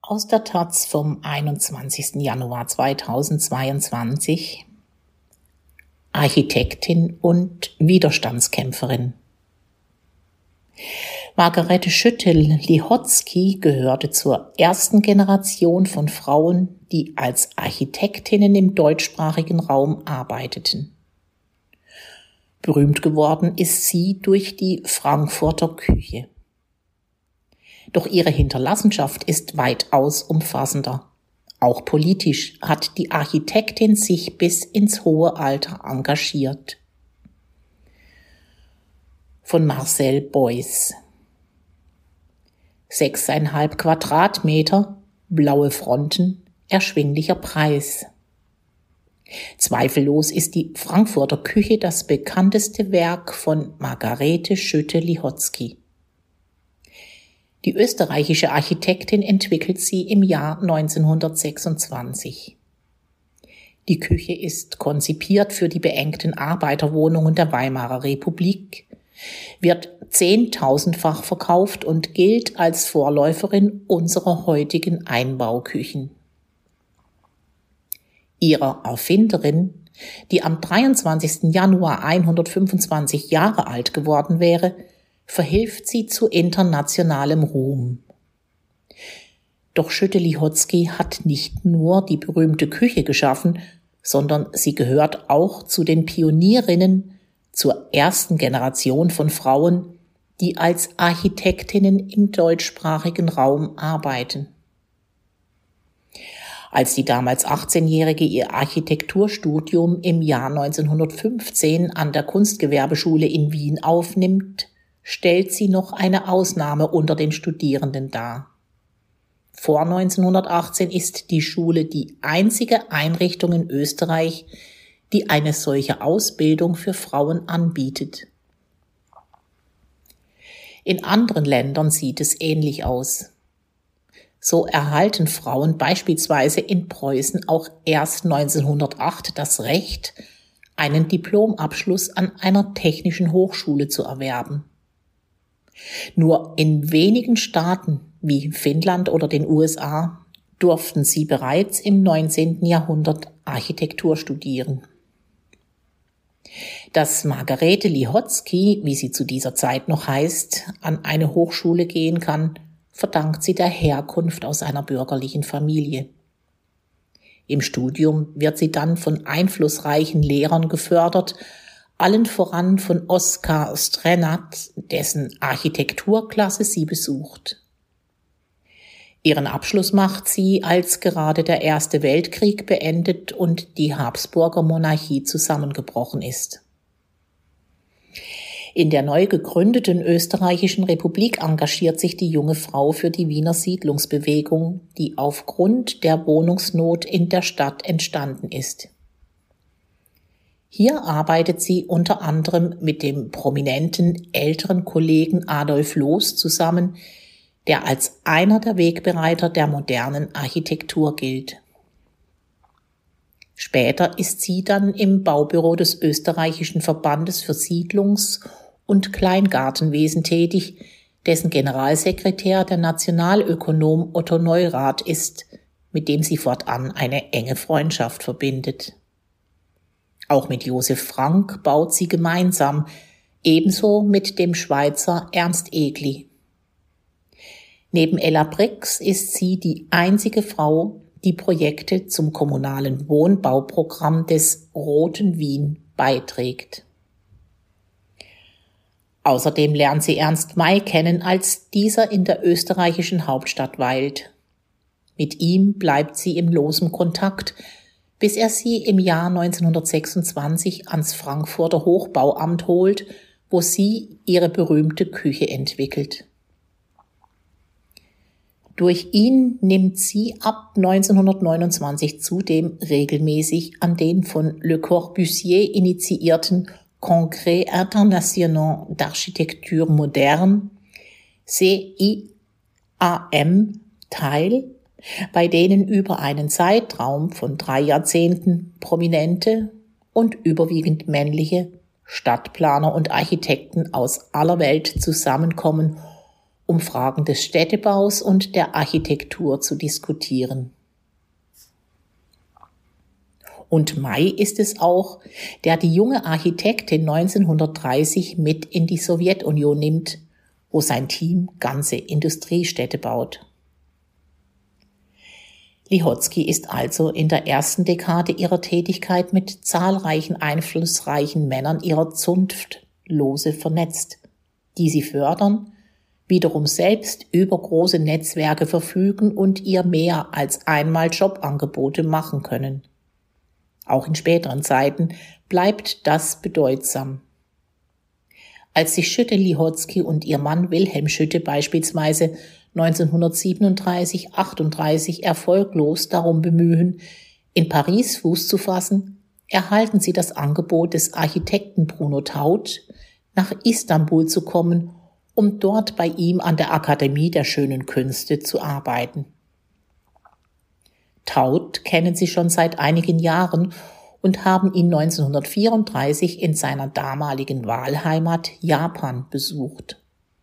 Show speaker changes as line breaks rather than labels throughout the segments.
Aus der taz vom 21. Januar 2022. Architektin und Widerstandskämpferin. Margarete Schütte-Lihotzky gehörte zur ersten Generation von Frauen, die als Architektinnen im deutschsprachigen Raum arbeiteten. Berühmt geworden ist sie durch die Frankfurter Küche. Doch ihre Hinterlassenschaft ist weitaus umfassender. Auch politisch hat die Architektin sich bis ins hohe Alter engagiert. Von Marcel Beuys. 6,5 Quadratmeter, blaue Fronten, erschwinglicher Preis. Zweifellos ist die Frankfurter Küche das bekannteste Werk von Margarete Schütte-Lihotzky. Die österreichische Architektin entwickelt sie im Jahr 1926. Die Küche ist konzipiert für die beengten Arbeiterwohnungen der Weimarer Republik, wird 10.000-fach verkauft und gilt als Vorläuferin unserer heutigen Einbauküchen. Ihrer Erfinderin, die am 23. Januar 125 Jahre alt geworden wäre, verhilft sie zu internationalem Ruhm. Doch Schütte-Lihotzky hat nicht nur die berühmte Küche geschaffen, sondern sie gehört auch zu den Pionierinnen, zur ersten Generation von Frauen, die als Architektinnen im deutschsprachigen Raum arbeiten. Als die damals 18-Jährige ihr Architekturstudium im Jahr 1915 an der Kunstgewerbeschule in Wien aufnimmt, stellt sie noch eine Ausnahme unter den Studierenden dar. Vor 1918 ist die Schule die einzige Einrichtung in Österreich, die eine solche Ausbildung für Frauen anbietet. In anderen Ländern sieht es ähnlich aus. So erhalten Frauen beispielsweise in Preußen auch erst 1908 das Recht, einen Diplomabschluss an einer technischen Hochschule zu erwerben. Nur in wenigen Staaten wie Finnland oder den USA durften sie bereits im 19. Jahrhundert Architektur studieren. Dass Margarete Lihotzky, wie sie zu dieser Zeit noch heißt, an eine Hochschule gehen kann, verdankt sie der Herkunft aus einer bürgerlichen Familie. Im Studium wird sie dann von einflussreichen Lehrern gefördert, allen voran von Oskar Strenat, dessen Architekturklasse sie besucht. Ihren Abschluss macht sie, als gerade der Erste Weltkrieg beendet und die Habsburger Monarchie zusammengebrochen ist. In der neu gegründeten österreichischen Republik engagiert sich die junge Frau für die Wiener Siedlungsbewegung, die aufgrund der Wohnungsnot in der Stadt entstanden ist. Hier arbeitet sie unter anderem mit dem prominenten älteren Kollegen Adolf Loos zusammen, der als einer der Wegbereiter der modernen Architektur gilt. Später ist sie dann im Baubüro des Österreichischen Verbandes für Siedlungs- und Kleingartenwesen tätig, dessen Generalsekretär der Nationalökonom Otto Neurath ist, mit dem sie fortan eine enge Freundschaft verbindet. Auch mit Josef Frank baut sie gemeinsam, ebenso mit dem Schweizer Ernst Egli. Neben Ella Brix ist sie die einzige Frau, die Projekte zum kommunalen Wohnbauprogramm des Roten Wien beiträgt. Außerdem lernt sie Ernst May kennen, als dieser in der österreichischen Hauptstadt weilt. Mit ihm bleibt sie in losem Kontakt, bis er sie im Jahr 1926 ans Frankfurter Hochbauamt holt, wo sie ihre berühmte Küche entwickelt. Durch ihn nimmt sie ab 1929 zudem regelmäßig an den von Le Corbusier initiierten Congrès International d'Architecture Moderne, CIAM, teil, bei denen über einen Zeitraum von 3 Jahrzehnten prominente und überwiegend männliche Stadtplaner und Architekten aus aller Welt zusammenkommen, um Fragen des Städtebaus und der Architektur zu diskutieren. Und May ist es auch, der die junge Architektin 1930 mit in die Sowjetunion nimmt, wo sein Team ganze Industriestädte baut. Lihotzky ist also in der ersten Dekade ihrer Tätigkeit mit zahlreichen einflussreichen Männern ihrer Zunft lose vernetzt, die sie fördern, wiederum selbst über große Netzwerke verfügen und ihr mehr als einmal Jobangebote machen können. Auch in späteren Zeiten bleibt das bedeutsam. Als sich Schütte-Lihotzky und ihr Mann Wilhelm Schütte beispielsweise 1937/38 erfolglos darum bemühen, in Paris Fuß zu fassen, erhalten sie das Angebot des Architekten Bruno Taut, nach Istanbul zu kommen, um dort bei ihm an der Akademie der Schönen Künste zu arbeiten. Taut kennen sie schon seit einigen Jahren und haben ihn 1934 in seiner damaligen Wahlheimat Japan besucht.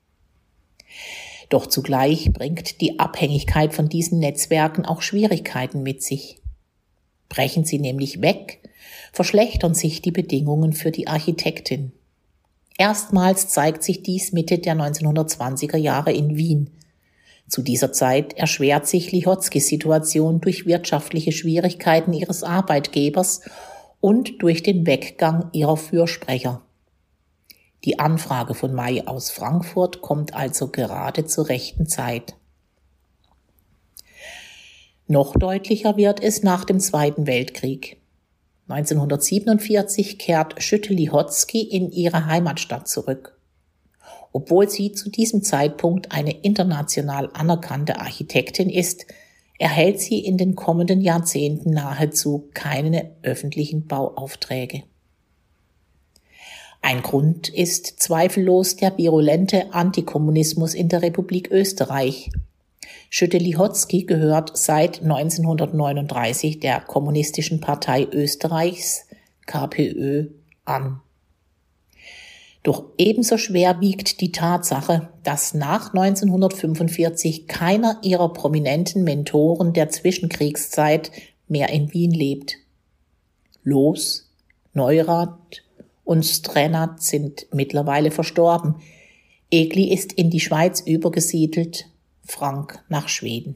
Doch zugleich bringt die Abhängigkeit von diesen Netzwerken auch Schwierigkeiten mit sich. Brechen sie nämlich weg, verschlechtern sich die Bedingungen für die Architektin. Erstmals zeigt sich dies Mitte der 1920er Jahre in Wien. Zu dieser Zeit erschwert sich Lihotzkys Situation durch wirtschaftliche Schwierigkeiten ihres Arbeitgebers und durch den Weggang ihrer Fürsprecher. Die Anfrage von May aus Frankfurt kommt also gerade zur rechten Zeit. Noch deutlicher wird es nach dem Zweiten Weltkrieg. 1947 kehrt Schütte-Lihotzky in ihre Heimatstadt zurück. Obwohl sie zu diesem Zeitpunkt eine international anerkannte Architektin ist, erhält sie in den kommenden Jahrzehnten nahezu keine öffentlichen Bauaufträge. Ein Grund ist zweifellos der virulente Antikommunismus in der Republik Österreich. Schütte-Lihotzky gehört seit 1939 der Kommunistischen Partei Österreichs, KPÖ, an. Doch ebenso schwer wiegt die Tatsache, dass nach 1945 keiner ihrer prominenten Mentoren der Zwischenkriegszeit mehr in Wien lebt. Loos, Neurath und Stränath sind mittlerweile verstorben. Egli ist in die Schweiz übergesiedelt, Frank nach Schweden.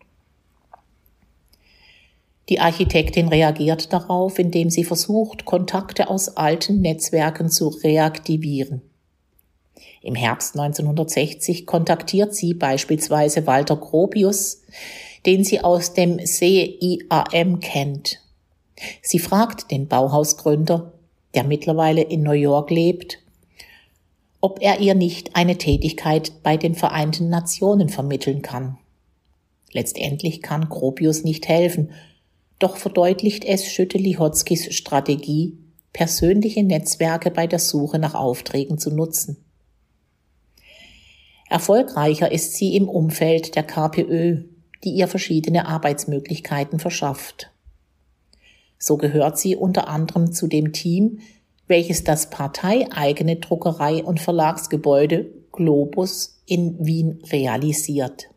Die Architektin reagiert darauf, indem sie versucht, Kontakte aus alten Netzwerken zu reaktivieren. Im Herbst 1960 kontaktiert sie beispielsweise Walter Gropius, den sie aus dem CIAM kennt. Sie fragt den Bauhausgründer, der mittlerweile in New York lebt, ob er ihr nicht eine Tätigkeit bei den Vereinten Nationen vermitteln kann. Letztendlich kann Gropius nicht helfen, doch verdeutlicht es Schütte-Lihotzkys Strategie, persönliche Netzwerke bei der Suche nach Aufträgen zu nutzen. Erfolgreicher ist sie im Umfeld der KPÖ, die ihr verschiedene Arbeitsmöglichkeiten verschafft. So gehört sie unter anderem zu dem Team, welches das parteieigene Druckerei- und Verlagsgebäude Globus in Wien realisiert.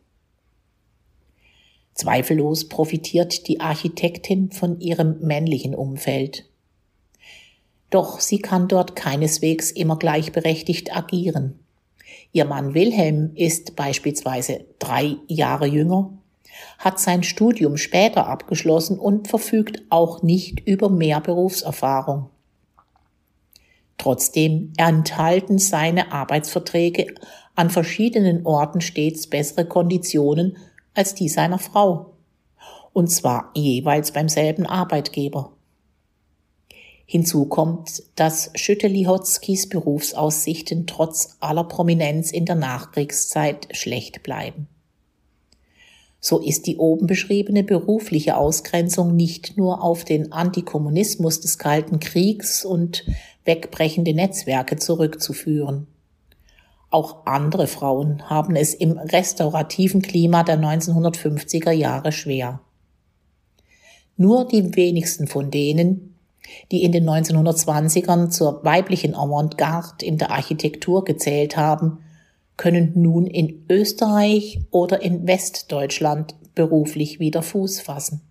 Zweifellos profitiert die Architektin von ihrem männlichen Umfeld. Doch sie kann dort keineswegs immer gleichberechtigt agieren. Ihr Mann Wilhelm ist beispielsweise 3 Jahre jünger, hat sein Studium später abgeschlossen und verfügt auch nicht über mehr Berufserfahrung. Trotzdem enthalten seine Arbeitsverträge an verschiedenen Orten stets bessere Konditionen als die seiner Frau, und zwar jeweils beim selben Arbeitgeber. Hinzu kommt, dass Schütte-Lihotzkys Berufsaussichten trotz aller Prominenz in der Nachkriegszeit schlecht bleiben. So ist die oben beschriebene berufliche Ausgrenzung nicht nur auf den Antikommunismus des Kalten Kriegs und wegbrechende Netzwerke zurückzuführen. Auch andere Frauen haben es im restaurativen Klima der 1950er Jahre schwer. Nur die wenigsten von denen, die in den 1920ern zur weiblichen Avantgarde in der Architektur gezählt haben, können nun in Österreich oder in Westdeutschland beruflich wieder Fuß fassen.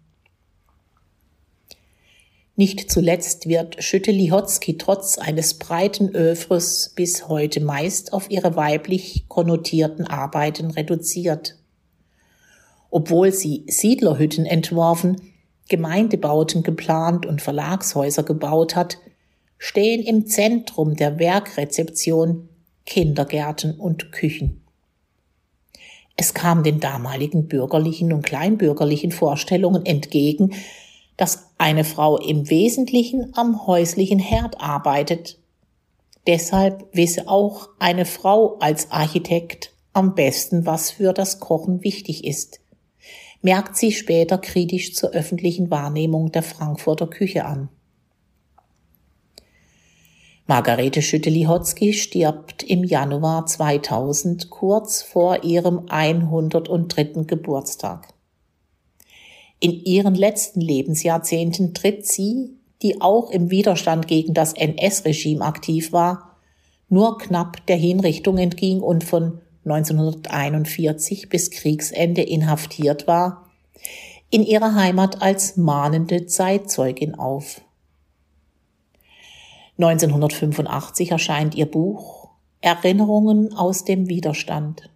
Nicht zuletzt wird Schütte-Lihotzky trotz eines breiten Œuvres bis heute meist auf ihre weiblich konnotierten Arbeiten reduziert. Obwohl sie Siedlerhütten entworfen, Gemeindebauten geplant und Verlagshäuser gebaut hat, stehen im Zentrum der Werkrezeption Kindergärten und Küchen. Es kam den damaligen bürgerlichen und kleinbürgerlichen Vorstellungen entgegen, dass eine Frau im Wesentlichen am häuslichen Herd arbeitet. Deshalb wisse auch eine Frau als Architekt am besten, was für das Kochen wichtig ist, merkt sie später kritisch zur öffentlichen Wahrnehmung der Frankfurter Küche an. Margarete Schütte-Lihotzky stirbt im Januar 2000 kurz vor ihrem 103. Geburtstag. In ihren letzten Lebensjahrzehnten tritt sie, die auch im Widerstand gegen das NS-Regime aktiv war, nur knapp der Hinrichtung entging und von 1941 bis Kriegsende inhaftiert war, in ihrer Heimat als mahnende Zeitzeugin auf. 1985 erscheint ihr Buch Erinnerungen aus dem Widerstand.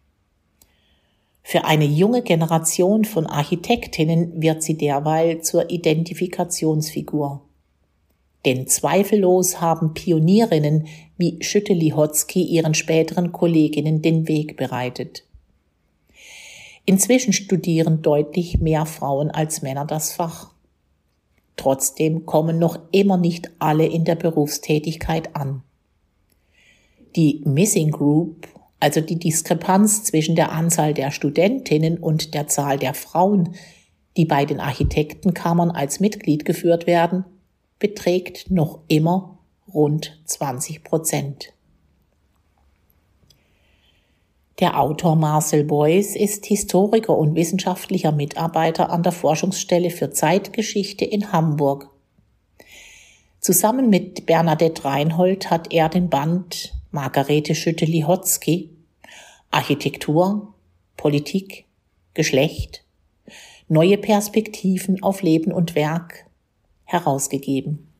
Für eine junge Generation von Architektinnen wird sie derweil zur Identifikationsfigur. Denn zweifellos haben Pionierinnen wie Schütte-Lihotzky ihren späteren Kolleginnen den Weg bereitet. Inzwischen studieren deutlich mehr Frauen als Männer das Fach. Trotzdem kommen noch immer nicht alle in der Berufstätigkeit an. Die Missing Group, also die Diskrepanz zwischen der Anzahl der Studentinnen und der Zahl der Frauen, die bei den Architektenkammern als Mitglied geführt werden, beträgt noch immer rund 20%. Der Autor Marcel Beuys ist Historiker und wissenschaftlicher Mitarbeiter an der Forschungsstelle für Zeitgeschichte in Hamburg. Zusammen mit Bernadette Reinhold hat er den Band Margarete Schütte-Lihotzky Architektur, Politik, Geschlecht, neue Perspektiven auf Leben und Werk herausgegeben.